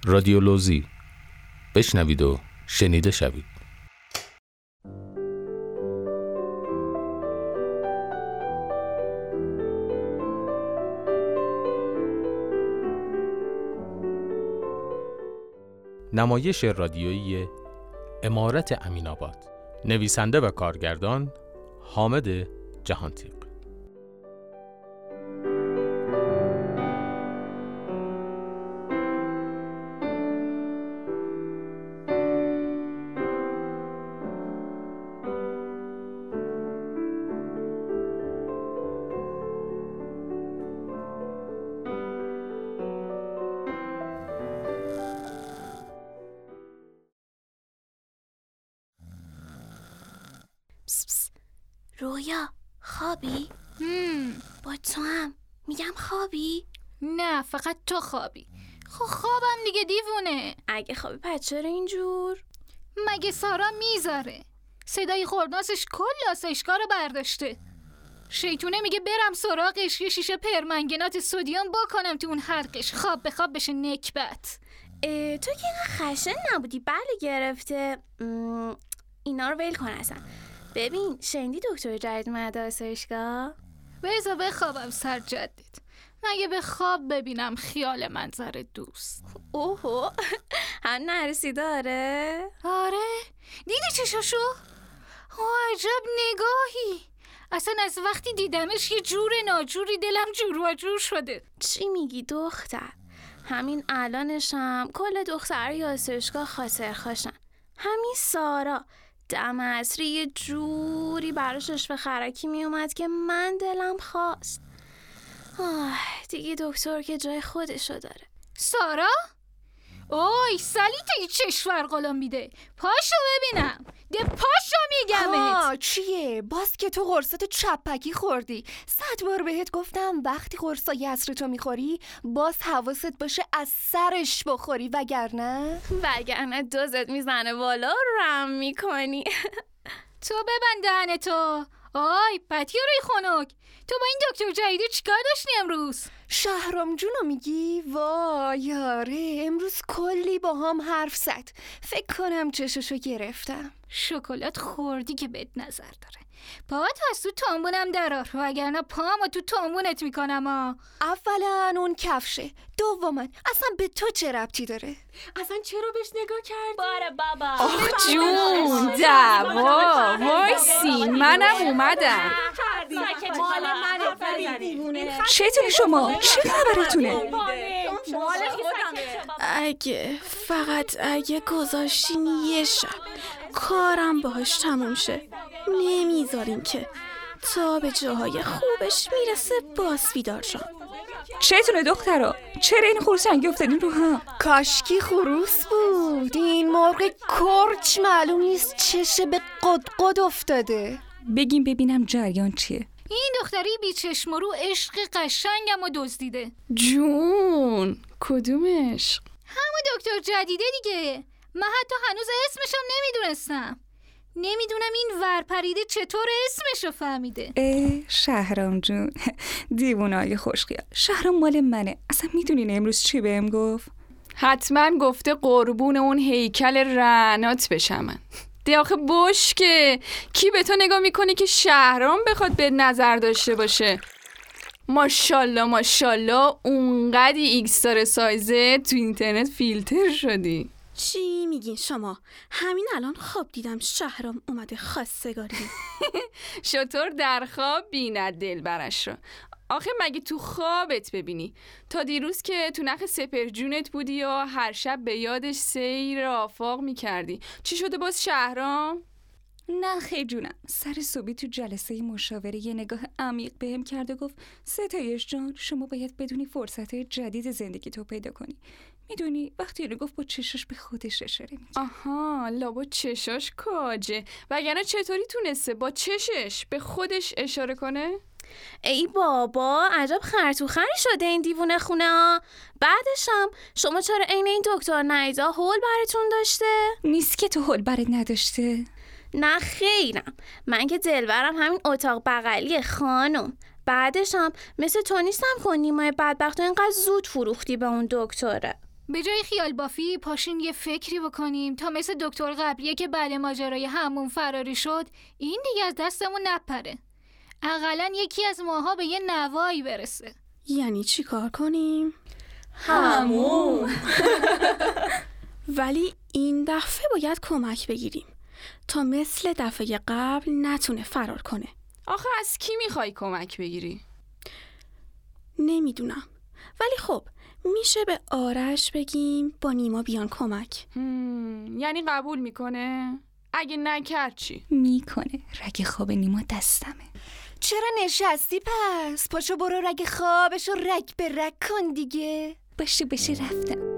رادیولوژی. بشنوید و شنیده شوید. نمایش رادیویی عمارت امین‌آباد. نویسنده و کارگردان حامد جهانتیق. رویا خوابی؟ با تو هم میگم خوابی؟ نه فقط تو خوابی. خب خوابم دیگه دیوونه. اگه خوابی پس چرا اینجور؟ مگه سارا میذاره؟ صدای خورناسش کل آسایشگاه رو برداشته. شیطونه میگه برم سراغش یه شیشه پرمنگنات سدیم بکنم تو اون حلقش، خواب به خواب بشه نکبت. تو که اینقدر خشن نبودی. بله گرفته. اینا رو ول کن اصلا. ببین شنیدی دکتر جدید اومده آسایشگاه؟ بذار بخوابم سر جدید. مگه به خواب ببینم خیال منظر دوست. اوهو هم نرسی داره؟ آره دیدی چشاشو؟ عجب نگاهی. اصلا از وقتی دیدمش یه جور ناجوری دلم جور و جور شده. چی میگی دختر؟ همین الانشم کل دخترای آسایشگاه خاطرخواشن. همین سارا دم عصری یه جوری براش عشق خرکی می اومد که من دلم خواست. دیگه دکتر که جای خودشو داره. سارا؟ اوی سلیته چشور قلم میده. پاشو ببینم. ده پاشو میگمت. چیه؟ باز که تو قرصات چپکی خوردی. 100 بار بهت گفتم وقتی قرصای عصرتو میخوری باز حواست باشه از سرش بخوری، وگرنه دوزت میزنه بالا رم میکنی. تو ببند دهنتو. آی پتیاره خنک، تو با این دکتر جدیدی چیکار داشتی امروز؟ شهرام جونو میگی؟ وای آره امروز کلی با هم حرف زد. فکر کنم چششو گرفتم. شکلات خوردی که بهت نظر داره. پاهات از تو تامبونم درار وگرنه پاهامو تو تامبونت میکنم. اولا اون کفشه، دوما اصلا به تو چه ربطی داره؟ اصلا چرا بهش نگاه کردی؟ باره بابا. آخ جون دوا وایسی منم اومدم. چطوری شما؟ چه خبرتونه؟ اگه گذاشتین یه شب کارم باهاش تموم شه نمیذارین که تا به جاهای خوبش میرسه باز بیدار شم. چطوره دخترا؟ چرا این خورسنگی افتادین رو هم؟ کاشکی خروس بود. این مرغ کرچ معلوم نیست چشه به قد افتاده. بگیم ببینم جریان چیه؟ این دختری بیچشم رو عشق قشنگم و دزدیده. جون کدومش؟ همون دکتر جدیده دیگه. من حتی هنوز اسمشم نمیدونستم. نمیدونم این ورپریده چطور اسمشو فهمیده. شهرام جون دیوونای خوشخیال. شهرام مال منه. اصلا میدونین امروز چی بهم گفت؟ حتما گفته قربون اون هیکل رعنات بشم من. دی آخه بشکه کی به تو نگاه میکنه که شهرام بخواد به نظر داشته باشه؟ ماشالله اونقدی ایکستار سایزه تو اینترنت فیلتر شدی. چی میگین شما؟ همین الان خواب دیدم شهرام اومده خواستگاری. شطور در خواب بیند دل برش رو. آخه مگه تو خوابت ببینی؟ تا دیروز که تو نخ سپر جونت بودی و هر شب به یادش سیر آفاق میکردی. چی شده باز شهرام؟ نه خیلی جونم. سر صبحی تو جلسه مشاوره یه نگاه عمیق بهم کرد و گفت ستایش جان شما باید بدونی فرصتهای جدید زندگی تو پیدا کنی. میدونی وقتی اینو گفت با چشاش به خودش اشاره میکرد. آها لابا چشاش کاجه. وگرنه چطوری تونسته با چشش به خودش اشاره کنه؟ ای بابا عجب خرطوخری شده این دیوونه خونه ها. بعدش هم شما چرا عین این دکتر نایزا هول براتون داشته؟ نیست که تو هول برات نداشته. نه خیرم، من که دلبرم همین اتاق بغلی خانم. بعدش هم مثل تو نیستم که نیمای بدبخت اینقدر زود فروختی به اون دکتره. به جای خیال بافی پاشین یه فکری بکنیم تا مثل دکتر قبلیه که بعد ماجرای همون فراری شد این دیگه از دستمون نپره. اقلاً یکی از ماها به یه نوایی برسه. یعنی چی کار کنیم؟ همون. ولی این دفعه باید کمک بگیریم تا مثل دفعه قبل نتونه فرار کنه. آخه از کی میخوای کمک بگیری؟ نمیدونم، ولی خب میشه به آرش بگیم با نیما بیان کمک. یعنی قبول میکنه؟ اگه نکرد چی؟ میکنه. رگ خواب نیما دستمه. چرا نشستی پس؟ پاشو برو رگ خوابشو رگ به رگ کن دیگه. باشه رفتم.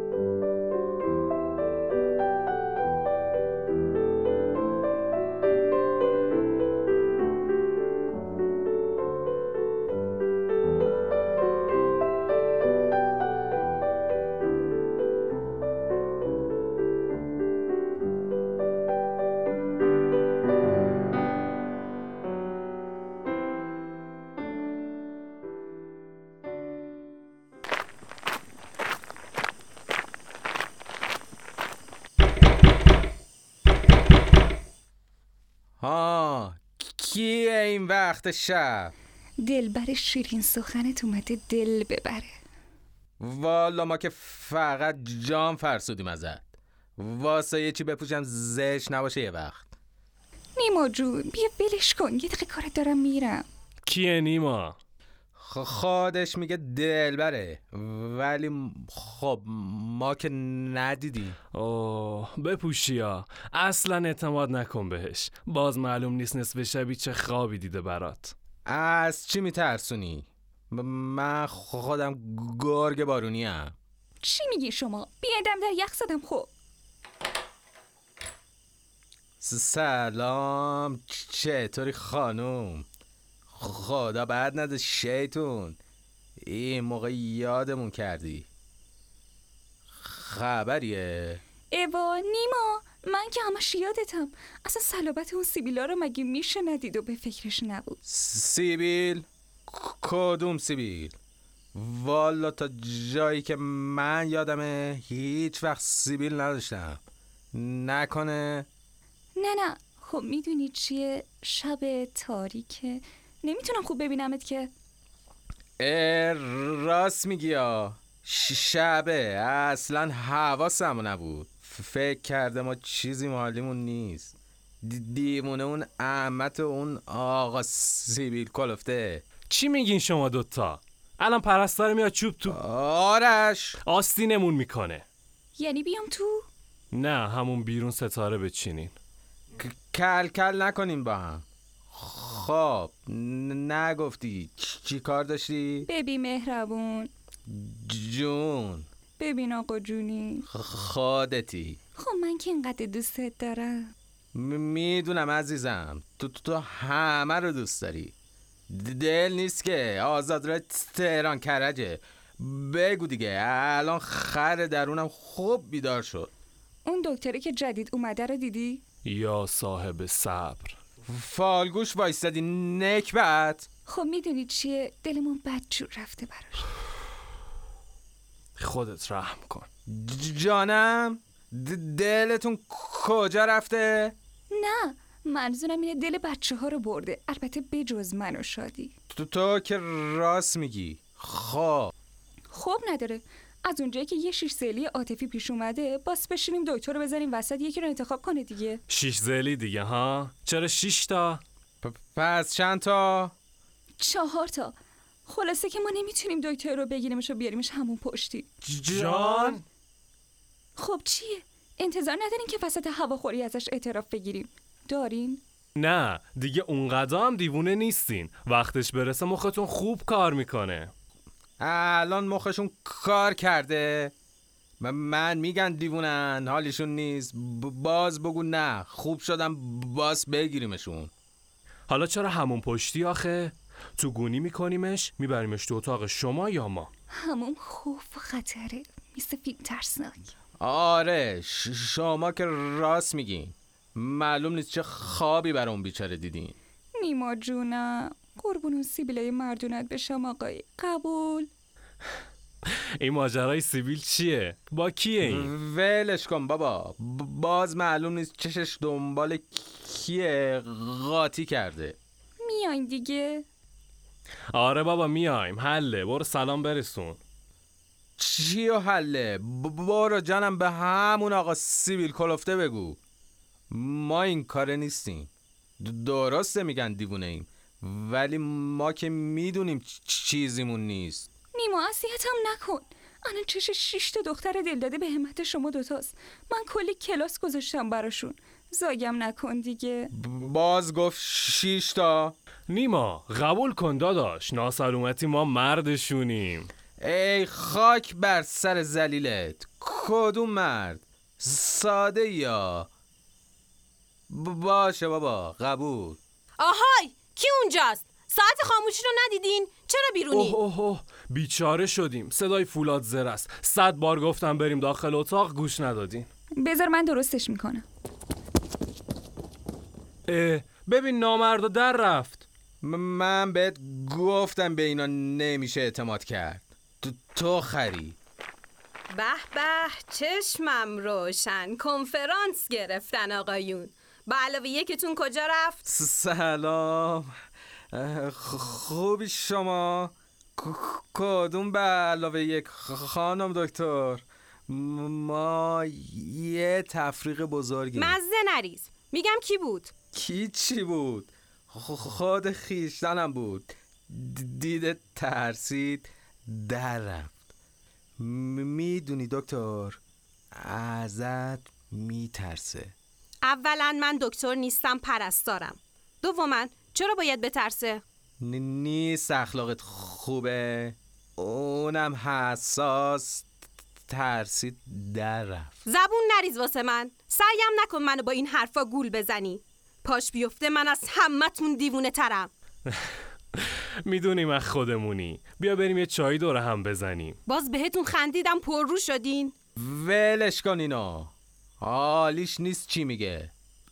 کیه این وقت شب؟ دلبر شیرین سخنت اومده دل ببره. والا ما که فقط جام فرسودیم ازت. واسه یه چی بپوشم زشت نباشه یه وقت. نیما جون بیا ولش کن، یه دقیقه کارت دارم میرم. کیه نیما؟ خودش میگه دلبره، ولی خب ما که ندیدیم. اوه بپوشیا، اصلا اعتماد نکن بهش. باز معلوم نیست نصف شبی چه خوابی دیده برات. از چی میترسونی؟ من خودم گرگ بارونیم. چی میگی شما؟ بیادم در یخ زدم. خب سلام، چطوری خانوم؟ خدا بعد نده شیطون، این موقع یادمون کردی. خبریه؟ ایوا نیما، من که همش یادتم. اصلا صلابت اون سیبیلا رو مگه میشه ندید و به فکرش نبود؟ سیبیل؟ کدوم سیبیل؟ والا تا جایی که من یادمه هیچ وقت سیبیل نداشتم. نکنه؟ نه خب میدونی چیه؟ شب تاریکه، نمیتونم خوب ببینمت که. راست میگی یا شبه، اصلا حواسم نبود. فکر کرده ما چیزی مالیمون نیست. دیمونه اون احمد اون آقا سیبیل کلفته. چی میگین شما دوتا؟ الان پرستار میاد چوب تو آرش آستینمون میکنه. یعنی بیام تو؟ نه همون بیرون ستاره بچینین. کل نکنیم با هم. خب نگفتی چی کار داشتی؟ ببین مهربون جون. ببین آقا جونی خودتی. خب من که اینقدر دوستت دارم. میدونم عزیزم، تو همه رو دوست داری. دل نیست که آزاد را تهران کرجه. بگو دیگه، الان خر درونم خوب بیدار شد. اون دکتری که جدید اومده رو دیدی؟ یا صاحب صبر. فالگوش وایستادی نکبت. خب میدونی چیه؟ دلمون بدجور رفته براش. خودت رحم کن. جانم دلتون کجا رفته؟ نه منظورم اینه دل بچه ها رو برده، البته بجز من و شادی. تو که راست میگی. خب نداره. از اونجایی که یه 6 ذیلی عاطفی پیش اومده، باس بشینیم دکتر رو بذاریم وسط یکی رو انتخاب کنه دیگه. 6 ذیلی دیگه ها؟ چرا 6 تا؟ پس چند تا؟ 4 تا. خلاصه که ما نمیتونیم دکتر رو بگیریمش و بیاریمش همون پشتی. جان؟ خب چیه؟ انتظار ندارین که وسط هواخوری ازش اعتراف بگیریم؟ دارین؟ نه دیگه اونقدر هم دیوونه نیستین. وقتش برسه مختون خوب کار میکنه. الان مخشون کار کرده. من میگن دیوونن، حالیشون نیست. باز بگو نه خوب شدم، باز بگیریمشون. حالا چرا همون پشتی آخه؟ تو گونی میکنیمش، میبریمش تو اتاق شما یا ما؟ همون خوف و خطره، مثل فیلم ترسناک. آره شما که راست میگین. معلوم نیست چه خوابی برای اون بیچاره دیدین. نیما جونم، قربون اون سیبیلای مردونت بشم آقایی. قبول؟ این ماجرای سیبیل چیه؟ با کیه این؟ ولش کن بابا. باز معلوم نیست چشش دنبال کیه قاطی کرده. میاین دیگه. آره بابا میایم، حله، برو سلام برسون. چی و حله؟ برو جانم به همون آقا سیبیل کلفته بگو ما این کاره نیستیم. درسته میگن دیوونه ایم، ولی ما که میدونیم چیزیمون نیست. نیما اذیتم نکن. الان چش 6 تا دختر دل داده به همت شما دوتاست. من کلی کلاس گذاشتم براشون. زاگم نکن دیگه. باز گفت 6 تا. نیما قبول کن داداش، ناسلامتی ما مردشونیم. ای خاک بر سر ذلیلت. کدوم مرد؟ ساده یا باشه بابا قبول. آهای کی اونجاست؟ ساعت خاموشی رو ندیدین؟ چرا بیرونی؟ اوه بیچاره شدیم، صدای فولاد زر است. 100 بار گفتم بریم داخل اتاق گوش ندادین. بذار من درستش میکنم. ببین نامردا در رفت. من بهت گفتم به اینا نمیشه اعتماد کرد. تو خری. به به چشمم روشن. کنفرانس گرفتن آقایون. با علاوه یکتون کجا رفت؟ سلام. خوبی شما؟ کدوم به علاوه یک خانم دکتر؟ ما یه تفریق بزرگیم. مزه نریز. میگم کی بود؟ کی چی بود؟ خود خیشتنم بود. دیده ترسید در رفت. میدونی دکتر ازت میترسه. اولا من دکتر نیستم، پرستارم. دوما چرا باید بترسه؟ نیست اخلاقت خوبه؟ اونم حساس ترسید در رفت. زبون نریز واسه من. سعیم نکن منو با این حرفا گول بزنی. پاش بیفته من از همتون دیوونه ترم. میدونیم از خودمونی. بیا بریم یه چای دور هم بزنیم. باز بهتون خندیدم پر رو شدین. ولش کن اینو. حالیش نیست چی میگه.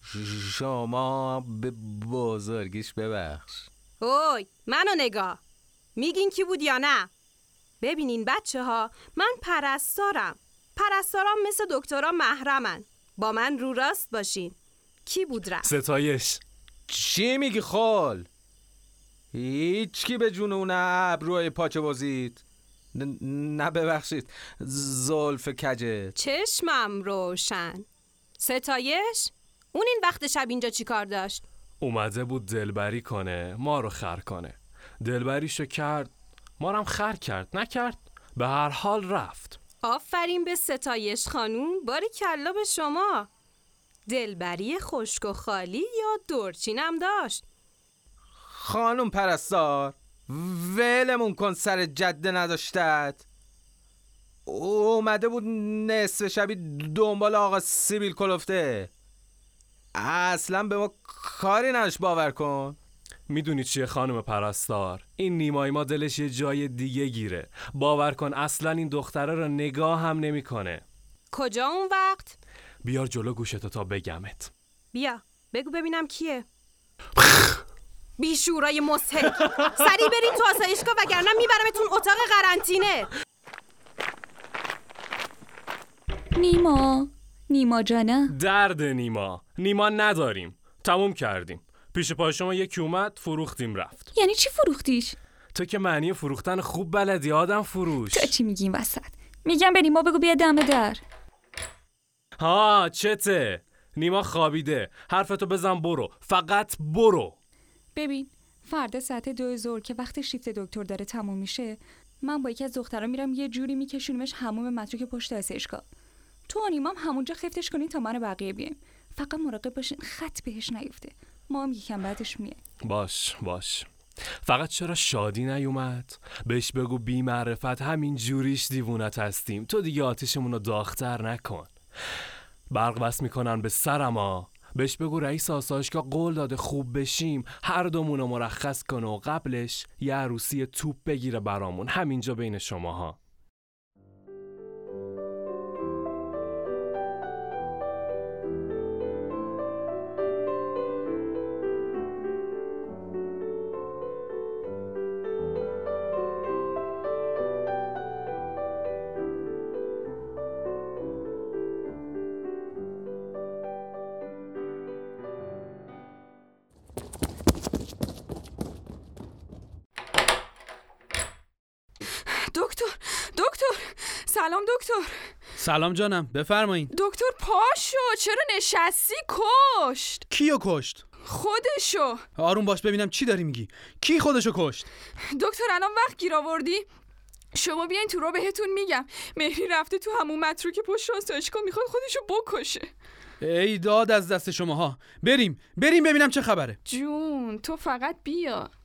شما به بزرگیش ببخش. اوی منو نگاه. میگین کی بود یا نه؟ ببینین بچه ها، من پرستارم. پرستارام مثل دکترها محرمن. با من رو راست باشین. کی بود رفت؟ ستایش. چی میگی خال؟ هیچ کی به جون اون ابروی پاچه بازید؟ نه ببخشید زلف کجه. چشمم روشن. ستایش؟ اون این وقت شب اینجا چی کار داشت؟ اومده بود دلبری کنه، ما رو خر کنه. دلبریشو کرد، ما رو هم خر کرد. نکرد، به هر حال رفت. آفرین به ستایش خانوم. باری کلا به شما. دلبری خشک و خالی یا دورچینم داشت؟ خانم پرستار ولمون کن سر جده نداشتت. اومده بود نصف شبی دنبال آقا سیبیل کلفته. اصلا به ما کاری نداشت باور کن. میدونی چیه خانم پرستار؟ این نیمای ما دلش یه جای دیگه گیره. باور کن اصلا این دختره رو نگاه هم نمیکنه. کجا اون وقت؟ بیار جلو گوشتو تا بگمت. بیا بگو ببینم کیه. بیشورای مسحک. سریع برین تو آسایشگاه وگرنه میبرمتون اتاق قرنطینه. نیما جانم. درد نیما نداریم. تموم کردیم. پیش پای شما یکی اومد فروختیم رفت. یعنی چی فروختیش؟ تو که معنی فروختن خوب بلدی آدم فروش. تو چی میگی این وسط؟ میگم به نیما بگو بیا دم در. ها چته؟ نیما خوابیده. حرفتو بزن برو. فقط برو. ببین فردا ساعت 2 ظهر که وقت شیفت دکتر داره تموم میشه، من با یکی از دخترها میرم یه جوری میکشونیمش حموم متروک پشت آسایشگاه. تو و نیمام همونجا خفتش کنین تا من و بقیه بیایم. فقط مراقب باشین خط بهش نیفته. ما هم یکم بعدش میایم. باش. فقط چرا شادی نیومد؟ بهش بگو بی معرفت همین جوریش دیوونت هستیم. تو دیگه آتیشمونو داغ‌تر نکن. برق بس میکنن به سرما. بهش بگو رئیس آسایشگاه قول داده خوب بشیم هر دومونو مرخص کنه و قبلش یه عروسی توپ بگیره برامون همینجا بین شماها. دکتر سلام دکتر. سلام جانم، بفرمایین. دکتر پاشو، چرا نشستی؟ کشت. کیو کشت؟ خودشو. آروم باش ببینم چی داری میگی. کی خودشو کشت؟ دکتر الان وقت گیر آوردی؟ شما بیاین تو رو بهتون میگم. مهری رفته تو همون متروک پشت آسایشگاه میخواد خودشو بکشه. ای داد از دست شماها. بریم ببینم چه خبره. جون تو فقط بیا.